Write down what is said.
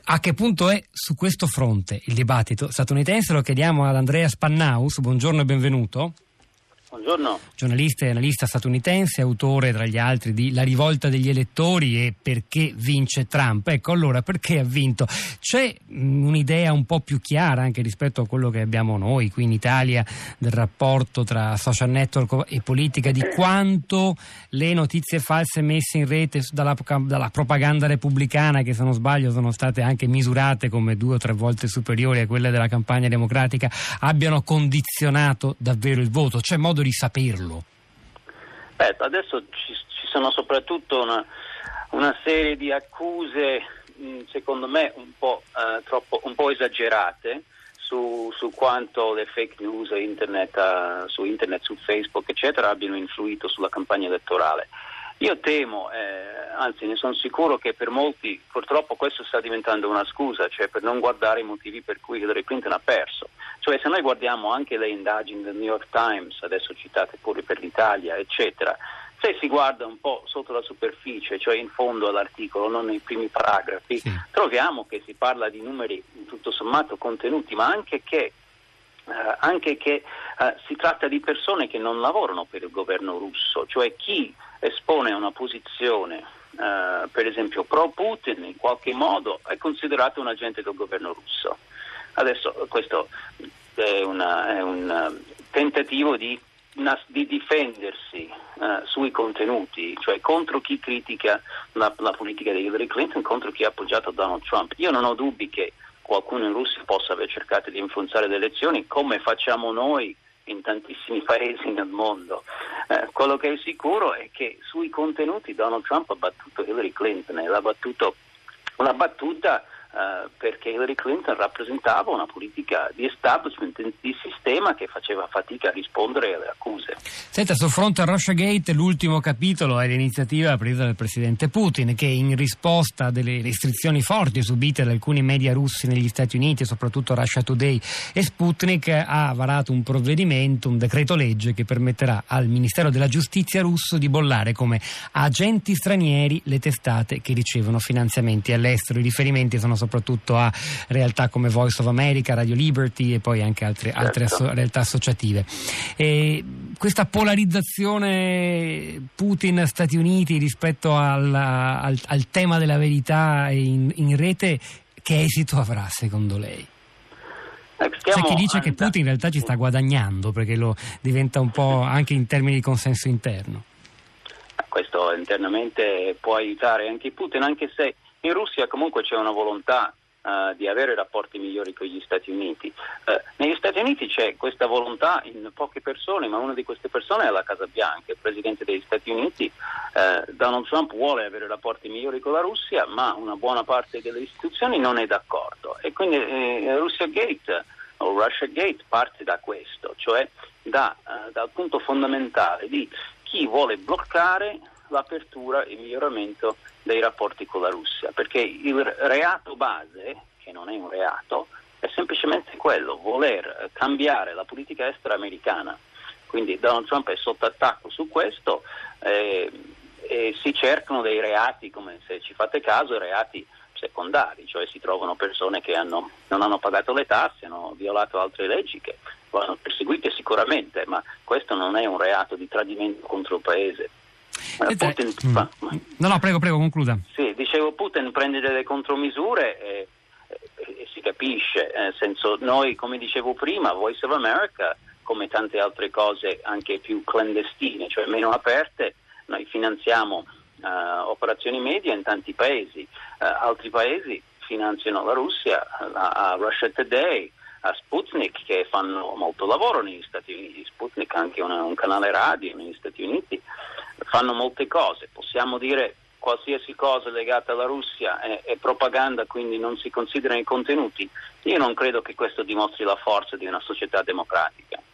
A che punto è su questo fronte il dibattito statunitense? Lo chiediamo ad Andrea Spannaus. Buongiorno e benvenuto. Buongiorno. Giornalista e analista statunitense, autore tra gli altri di La rivolta degli elettori e Perché vince Trump. Ecco, allora, perché ha vinto? C'è un'idea un po' più chiara anche rispetto a quello che abbiamo noi qui in Italia del rapporto tra social network e politica, di quanto le notizie false messe in rete dalla propaganda repubblicana, che se non sbaglio sono state anche misurate come 2 o 3 volte superiori a quelle della campagna democratica, abbiano condizionato davvero il voto? C'è modo di saperlo? Adesso ci sono soprattutto una serie di accuse, secondo me un po' esagerate su quanto le fake news su internet, su Facebook eccetera abbiano influito sulla campagna elettorale. Io temo, anzi ne sono sicuro che per molti purtroppo questo sta diventando una scusa, cioè per non guardare i motivi per cui Hillary Clinton ha perso. Cioè se noi guardiamo anche le indagini del New York Times, adesso citate pure per l'Italia, eccetera, se si guarda un po' sotto la superficie, cioè in fondo all'articolo, non nei primi paragrafi, sì, troviamo che si parla di numeri tutto sommato contenuti, ma anche che si tratta di persone che non lavorano per il governo russo, cioè chi espone una posizione per esempio pro Putin in qualche modo è considerato un agente del governo russo. Adesso questo è un tentativo di difendersi sui contenuti, cioè contro chi critica la politica di Hillary Clinton, contro chi ha appoggiato Donald Trump. Io non ho dubbi che qualcuno in Russia possa aver cercato di influenzare le elezioni, come facciamo noi in tantissimi paesi nel mondo. Quello che è sicuro è che sui contenuti Donald Trump ha battuto Hillary Clinton e l'ha battuta perché Hillary Clinton rappresentava una politica di establishment, di sistema, che faceva fatica a rispondere alle accuse. Senta, sul fronte a Russiagate l'ultimo capitolo è l'iniziativa presa dal presidente Putin, che in risposta a delle restrizioni forti subite da alcuni media russi negli Stati Uniti, soprattutto Russia Today e Sputnik, ha varato un provvedimento, un decreto legge che permetterà al Ministero della Giustizia russo di bollare come agenti stranieri le testate che ricevono finanziamenti all'estero. I riferimenti sono soprattutto a realtà come Voice of America, Radio Liberty e poi anche altre realtà associative. E questa polarizzazione Putin-Stati Uniti rispetto al tema della verità in rete, che esito avrà secondo lei? C'è chi dice che Putin in realtà ci sta guadagnando, perché lo diventa un po' anche in termini di consenso interno. Questo internamente può aiutare anche Putin, anche se in Russia comunque c'è una volontà di avere rapporti migliori con gli Stati Uniti. Negli Stati Uniti c'è questa volontà in poche persone, ma una di queste persone è la Casa Bianca, il presidente degli Stati Uniti. Donald Trump vuole avere rapporti migliori con la Russia, ma una buona parte delle istituzioni non è d'accordo. E quindi Russiagate o Russiagate parte da questo, cioè dal punto fondamentale di chi vuole bloccare l'apertura e il miglioramento dei rapporti con la Russia, perché il reato base, che non è un reato, è semplicemente quello, voler cambiare la politica estera americana. Quindi Donald Trump è sotto attacco su questo e si cercano dei reati, come se ci fate caso, reati secondari, cioè si trovano persone che non hanno pagato le tasse, hanno violato altre leggi, che vanno perseguite sicuramente, ma questo non è un reato di tradimento contro il paese. Putin prego, concluda. Sì, dicevo, Putin prende delle contromisure e si capisce, nel senso, noi, come dicevo prima, Voice of America, come tante altre cose anche più clandestine, cioè meno aperte, noi finanziamo operazioni media in tanti paesi, altri paesi finanziano la Russia, a Russia Today, a Sputnik, che fanno molto lavoro negli Stati Uniti. Sputnik ha anche un canale radio negli Stati Uniti, fanno molte cose. Possiamo dire qualsiasi cosa legata alla Russia è propaganda, quindi non si considerano i contenuti. Io non credo che questo dimostri la forza di una società democratica.